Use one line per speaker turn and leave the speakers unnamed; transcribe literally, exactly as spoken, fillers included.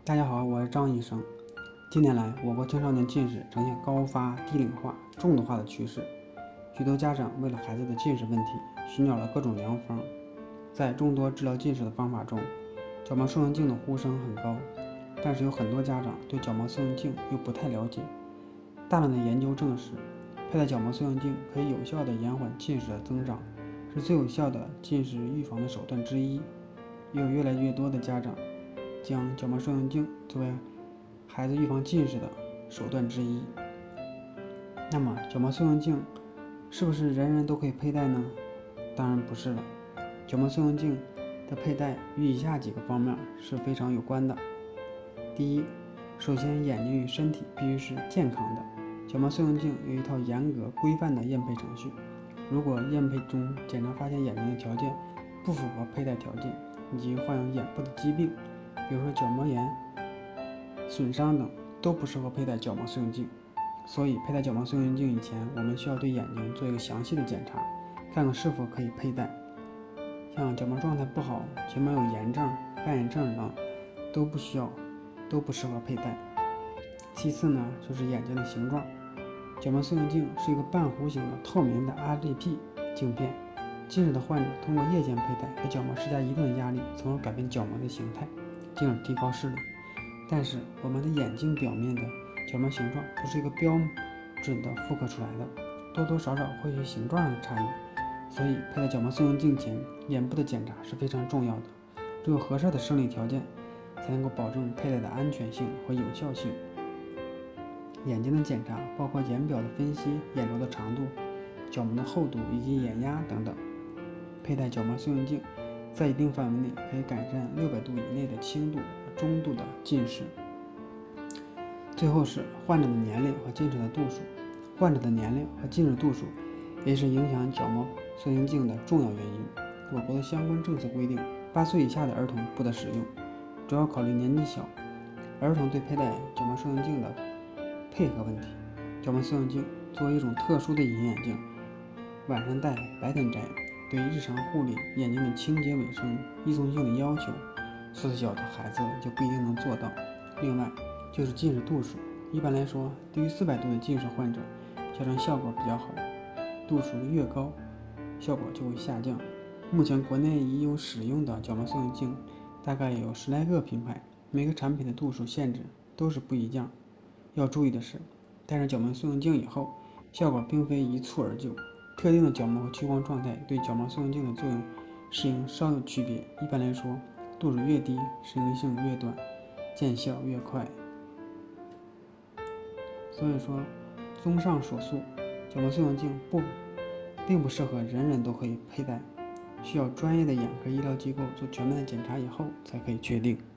大家好，我是张医生。近年来，我国青少年近视呈现高发、低龄化、重度化的趋势。许多家长为了孩子的近视问题，寻找了各种良方。在众多治疗近视的方法中，角膜塑形镜的呼声很高，但是有很多家长对角膜塑形镜又不太了解。大量的研究证实，佩戴角膜塑形镜可以有效地延缓近视的增长，是最有效的近视预防的手段之一。也有越来越多的家长将角膜塑形镜作为孩子预防近视的手段之一。那么，角膜塑形镜是不是人人都可以佩戴呢？当然不是了。角膜塑形镜的佩戴与以下几个方面是非常有关的。第一，首先眼睛与身体必须是健康的。角膜塑形镜有一套严格规范的验配程序，如果验配中检查发现眼睛的条件不符合佩戴条件，以及患有眼部的疾病，比如说角膜炎、损伤等，都不适合佩戴角膜塑形镜。所以佩戴角膜塑形镜以前，我们需要对眼睛做一个详细的检查，看看是否可以佩戴。像角膜状态不好、角膜有炎症、干眼症等，都不需要，都不适合佩戴。其次呢，就是眼睛的形状。角膜塑形镜是一个半弧形的透明的 R G P 镜片。近视的患者通过夜间佩戴给角膜施加一定的压力，从而改变角膜的形态，进而提高视力。但是我们的眼睛表面的角膜形状不是一个标准的复刻出来的，多多少少会有些形状上的差异。所以佩戴角膜塑形镜前，眼部的检查是非常重要的。只有合适的生理条件，才能够保证佩戴的安全性和有效性。眼睛的检查包括眼表的分析、眼轴的长度、角膜的厚度以及眼压等等。佩戴角膜塑形镜在一定范围内可以改善六百度以内的轻度和中度的近视。最后是患者的年龄和近视的度数。患者的年龄和近视度数也是影响角膜塑形镜的重要原因。我国的相关政策规定，八岁以下的儿童不得使用，主要考虑年纪小，儿童对佩戴角膜塑形镜的配合问题。角膜塑形镜作为一种特殊的隐形眼镜，晚上戴，白天摘，对日常护理、眼睛的清洁卫生、易松性的要求，岁数小的孩子就不一定能做到。另外就是近视度数，一般来说，低于四百度的近视患者，矫正效果比较好，度数越高，效果就会下降。目前国内已有使用的角膜塑形镜大概有十来个品牌，每个产品的度数限制都是不一样。要注意的是，戴上角膜塑形镜以后，效果并非一蹴而就，特定的角膜和屈光状态对角膜塑形镜的作用适应稍有区别。一般来说，度数越低，适应性越短，见效越快。所以说，综上所述，角膜塑形镜不并不适合人人都可以佩戴，需要专业的眼科医疗机构做全面的检查以后才可以确定。